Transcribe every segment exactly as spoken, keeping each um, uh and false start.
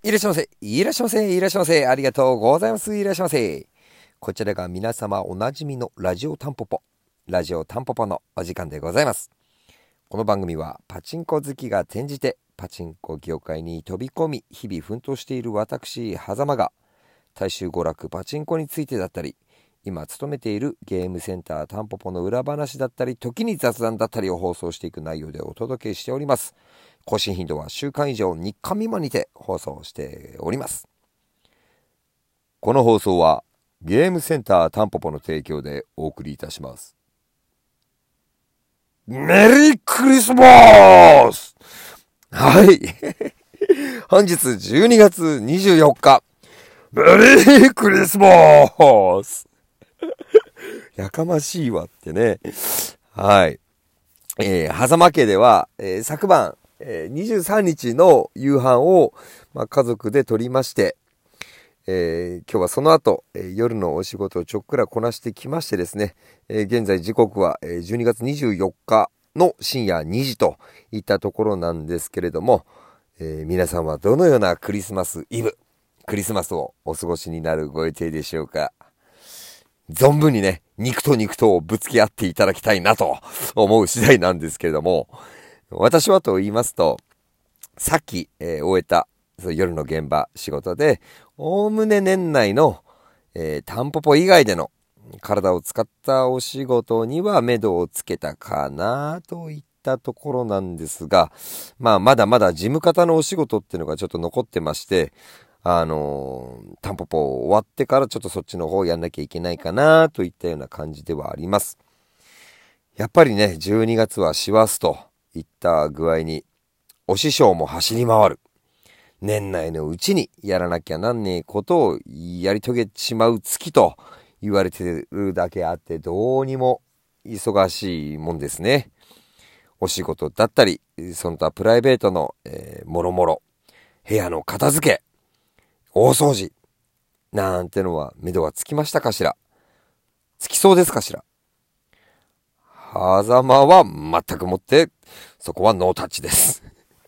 いらっしゃいませ、いらっしゃいませ、いらっしゃいませ、ありがとうございます、いらっしゃいませ。こちらが皆様おなじみのラジオタンポポ、ラジオタンポポのお時間でございます。この番組はパチンコ好きが転じてパチンコ業界に飛び込み、日々奮闘している私、狭間が大衆娯楽パチンコについてだったり、今勤めているゲームセンタータンポポの裏話だったり、時に雑談だったりを放送していく内容でお届けしております。更新頻度は週間以上日課未満にて放送しております。この放送はゲームセンタータンポポの提供でお送りいたします。メリークリスマス。はい本日じゅうにがつにじゅうよっか、メリークリスマスやかましいわってね。はい、えー、狭間家では、えー、昨晩えー、にじゅうさんにちの夕飯を、まあ、家族でとりまして、えー、今日はその後、えー、夜のお仕事をちょっくらこなしてきましてですね、えー、現在時刻は、えー、じゅうにがつにじゅうよっかの深夜にじといったところなんですけれども、えー、皆さんはどのようなクリスマスイブ、クリスマスをお過ごしになるご予定でしょうか。存分にね、肉と肉とをぶつけ合っていただきたいなと思う次第なんですけれども、私はと言いますと、さっき、えー、終えた夜の現場仕事で、おおむね年内の、えー、タンポポ以外での体を使ったお仕事には目処をつけたかなといったところなんですが、まあまだまだ事務方のお仕事っていうのがちょっと残ってまして、あのー、タンポポ終わってからちょっとそっちの方をやんなきゃいけないかなといったような感じではあります。やっぱりね、じゅうにがつは師走といった具合にお師匠も走り回る。年内のうちにやらなきゃなんねえことをやり遂げちまう月と言われてるだけあって、どうにも忙しいもんですね。お仕事だったり、その他プライベートの、えー、もろもろ、部屋の片付け、大掃除、なんてのは目処はつきましたかしら。つきそうですかしら。狭間は全くもってそこはノータッチです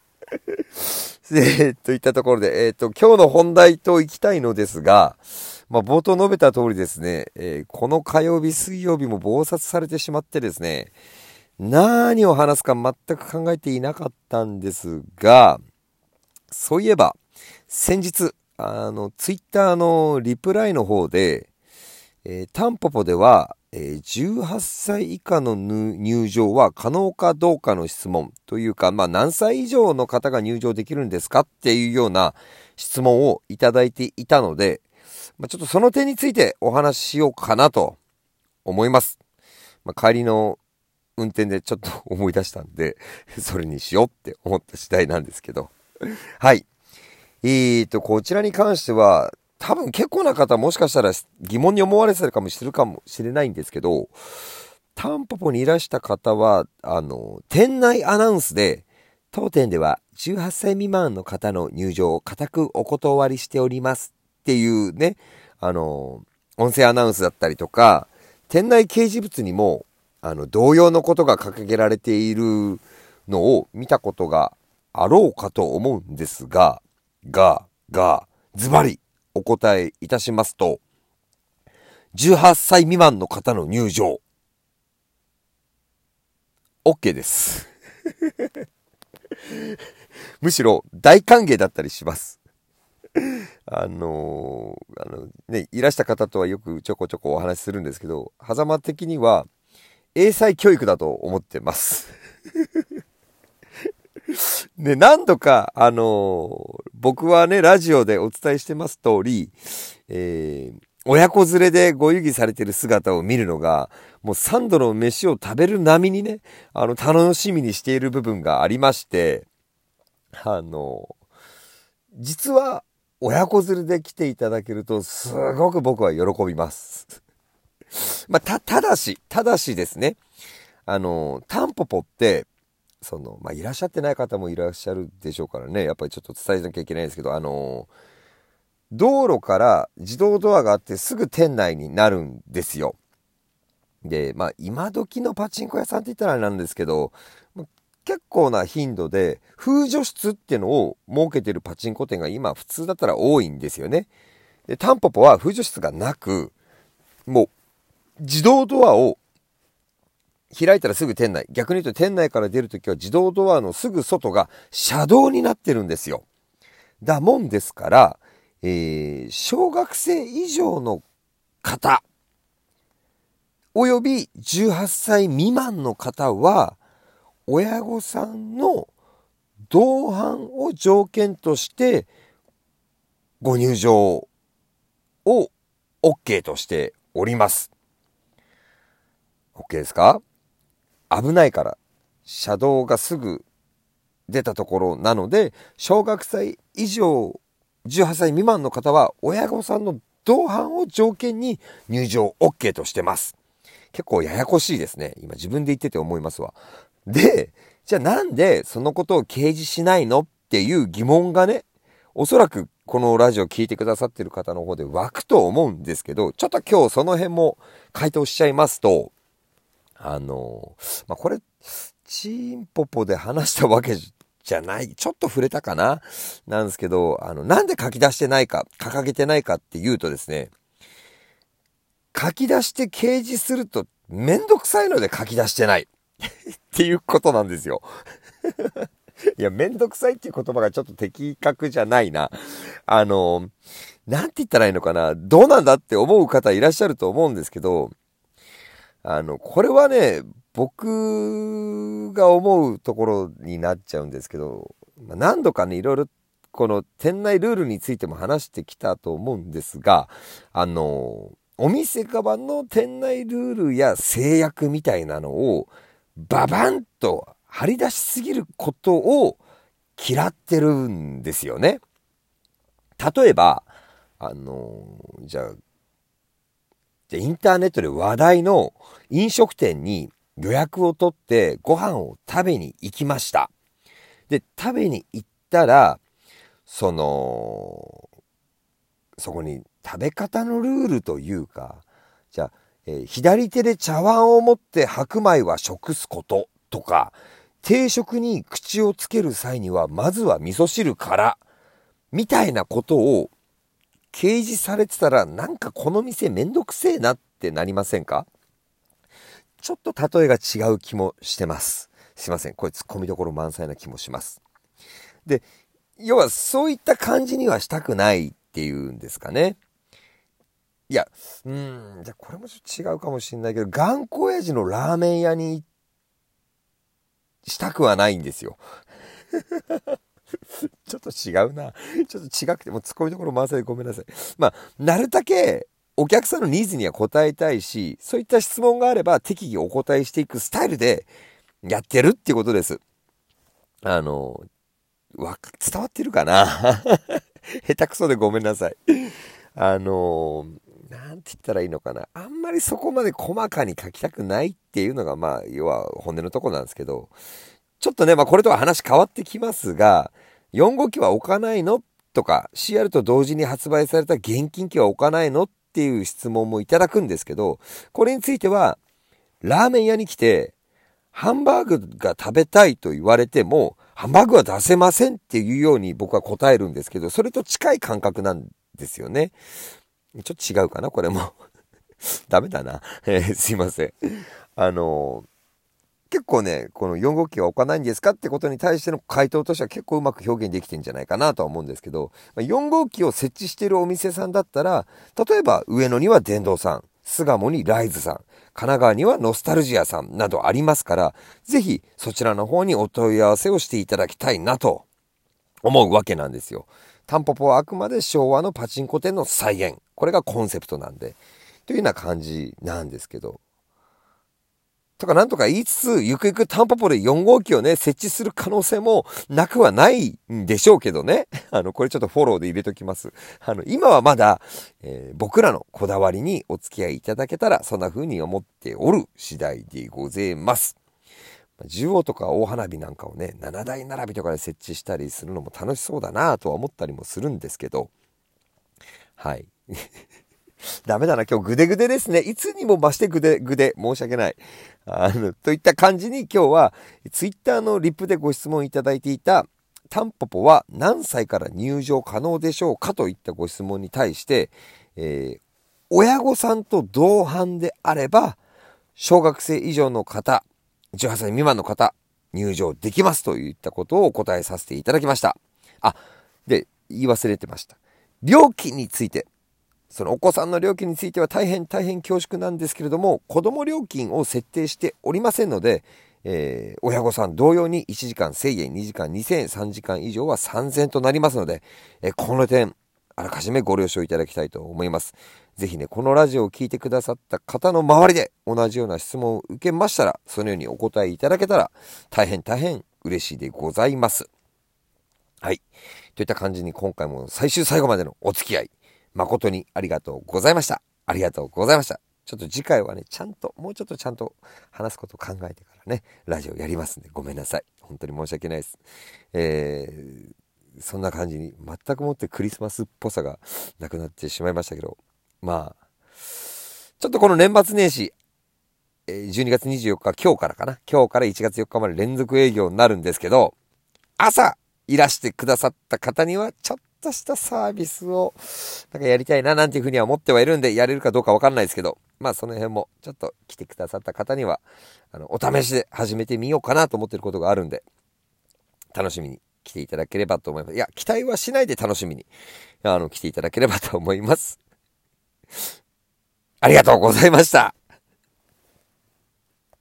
えー、といったところで、えっ、ー、と今日の本題と行きたいのですが、まあ、冒頭述べた通りですね、えー、この火曜日水曜日も忙殺されてしまってですね、何を話すか全く考えていなかったんですが、そういえば先日あのツイッターのリプライの方で、えー、タンポポではえー、じゅうはっさい以下の入場は可能かどうかの質問というか、まあ何歳以上の方が入場できるんですかっていうような質問をいただいていたので、まあ、ちょっとその点についてお話ししようかなと思います。まあ、帰りの運転でちょっと思い出したんで、それにしようって思った次第なんですけど。はい。えーと、こちらに関しては、多分結構な方もしかしたら疑問に思われてるかもしれるかもしれないんですけど、タンポポにいらした方は、あの、店内アナウンスで、当店ではじゅうはっさい未満の方の入場を固くお断りしておりますっていうね、あの、音声アナウンスだったりとか、店内掲示物にも、あの、同様のことが掲げられているのを見たことがあろうかと思うんですが、が、が、ズバリ、お答えいたしますと、じゅうはっさい未満の方の入場 OK ですむしろ大歓迎だったりしますあのー、あのね、いらした方とはよくちょこちょこお話しするんですけど、狭間的には英才教育だと思ってますね、何度か、あのー、僕はね、ラジオでお伝えしてます通り、えー、親子連れでご遊戯されている姿を見るのが、もう三度の飯を食べる並みにね、あの、楽しみにしている部分がありまして、あのー、実は、親子連れで来ていただけると、すごく僕は喜びます。まあ、た、ただし、ただしですね、あのー、タンポポって、その、まあ、いらっしゃってない方もいらっしゃるでしょうからね、やっぱりちょっと伝えなきゃいけないんですけど、あのー、道路から自動ドアがあってすぐ店内になるんですよ。で、まあ、今時のパチンコ屋さんって言ったらあれなんですけど、 結構な頻度で風除室っていうのを設けてるパチンコ店が今普通だったら多いんですよね。で、タンポポは風除室がなく、もう自動ドアを開いたらすぐ店内。逆に言うと店内から出るときは自動ドアのすぐ外が車道になってるんですよ。だもんですから、えー、小学生以上の方、およびじゅうはっさい未満の方は、親御さんの同伴を条件としてご入場を OK としております。OK ですか？危ないから。車道がすぐ出たところなので、小学生以上じゅうはっさい未満の方は親御さんの同伴を条件に入場 OK としてます。結構ややこしいですね。今自分で言ってて思いますわ。で、じゃあなんでそのことを掲示しないのっていう疑問がね、おそらくこのラジオ聞いてくださってる方の方で湧くと思うんですけど、ちょっと今日その辺も回答しちゃいますと、あの、まあ、これ、チーンポポで話したわけじゃない、ちょっと触れたかななんですけど、あの、なんで書き出してないか、掲げてないかっていうとですね、書き出して掲示するとめんどくさいので書き出してないっていうことなんですよ。いや、めんどくさいっていう言葉がちょっと的確じゃないな。あの、なんて言ったらいいのかな、どうなんだって思う方いらっしゃると思うんですけど、あの、これはね、僕が思うところになっちゃうんですけど、何度かね、いろいろこの店内ルールについても話してきたと思うんですが、あの、お店側の店内ルールや制約みたいなのをババンと張り出しすぎることを嫌ってるんですよね。例えば、あの、じゃあ、じゃあインターネットで話題の飲食店に予約を取ってご飯を食べに行きました。で、食べに行ったら、その、そこに食べ方のルールというか、じゃあ、えー、左手で茶碗を持って白米は食すこととか、定食に口をつける際にはまずは味噌汁からみたいなことを掲示されてたら、なんかこの店めんどくせえなってなりませんか？ちょっと例えが違う気もしてます。すいません、これ突っ込みどころ満載な気もします。で、要はそういった感じにはしたくないっていうんですかね。いや、うーん、じゃあこれもちょっと違うかもしれないけど、頑固親父のラーメン屋にしたくはないんですよ。ちょっと違うな。ちょっと違くて、もう突っ込みどころ満載でごめんなさい。まあ、なるだけお客さんのニーズには応えたいし、そういった質問があれば適宜お答えしていくスタイルでやってるっていうことです。あの、わ、伝わってるかな下手くそでごめんなさい。あの、なんて言ったらいいのかな。あんまりそこまで細かに書きたくないっていうのが、まあ、要は本音のとこなんですけど、ちょっとね、まあこれとは話変わってきますが、よん号機は置かないのとか、シーアール と同時に発売された現金機は置かないのっていう質問もいただくんですけど、これについては、ラーメン屋に来て、ハンバーグが食べたいと言われても、ハンバーグは出せませんっていうように僕は答えるんですけど、それと近い感覚なんですよね。ちょっと違うかな、これも。ダメだな。えー、すいません。あのー、結構ね、このよん号機は置かないんですかってことに対しての回答としては結構うまく表現できてんじゃないかなとは思うんですけど、よん号機を設置しているお店さんだったら、例えば上野には電動さん、巣鴨にライズさん、神奈川にはノスタルジアさんなどありますから、ぜひそちらの方にお問い合わせをしていただきたいなと思うわけなんですよ。タンポポはあくまで昭和のパチンコ店の再現。これがコンセプトなんで。というような感じなんですけど。とかなんとか言いつつ、ゆくゆくタンポポでよん号機をね、設置する可能性もなくはないんでしょうけどね。あの、これちょっとフォローで入れときます。あの、今はまだ、えー、僕らのこだわりにお付き合いいただけたら、そんな風に思っておる次第でございます。じゅう号とか大花火なんかをね、ななだい並びとかで設置したりするのも楽しそうだなとは思ったりもするんですけど、はい。 ダメだな、今日グデグデですね。いつにも増してグデグデ。申し訳ない。あの、といった感じに今日は、ツイッターのリップでご質問いただいていた、タンポポは何歳から入場可能でしょうかといったご質問に対して、えー、親御さんと同伴であれば、小学生以上の方、じゅうはっさい未満の方、入場できますといったことをお答えさせていただきました。あ、で、言い忘れてました。料金について、そのお子さんの料金については大変大変恐縮なんですけれども、子供料金を設定しておりませんので、えー、親御さん同様にいちじかんせんえん、にじかんにせんえん、さんじかん以上はさんぜんえんとなりますので、えー、この点、あらかじめご了承いただきたいと思います。ぜひね、このラジオを聞いてくださった方の周りで同じような質問を受けましたら、そのようにお答えいただけたら、大変大変嬉しいでございます。はい。といった感じに今回も最終最後までのお付き合い、誠にありがとうございました。ありがとうございました。ちょっと次回はね、ちゃんと、もうちょっとちゃんと話すことを考えてからね、ラジオやりますんで、ごめんなさい。本当に申し訳ないです。えー、そんな感じに、全くもってクリスマスっぽさがなくなってしまいましたけど、まあ、ちょっとこの年末年始、じゅうにがつにじゅうよっか、今日からかな。今日からいちがつよっかまで連続営業になるんですけど、朝いらしてくださった方には、ちょっとしたサービスを、なんかやりたいな、なんていうふうには思ってはいるんで、やれるかどうかわかんないですけど、まあその辺も、ちょっと来てくださった方には、あの、お試しで始めてみようかなと思ってることがあるんで、楽しみに来ていただければと思います。いや、期待はしないで楽しみに、あの、来ていただければと思います。ありがとうございました。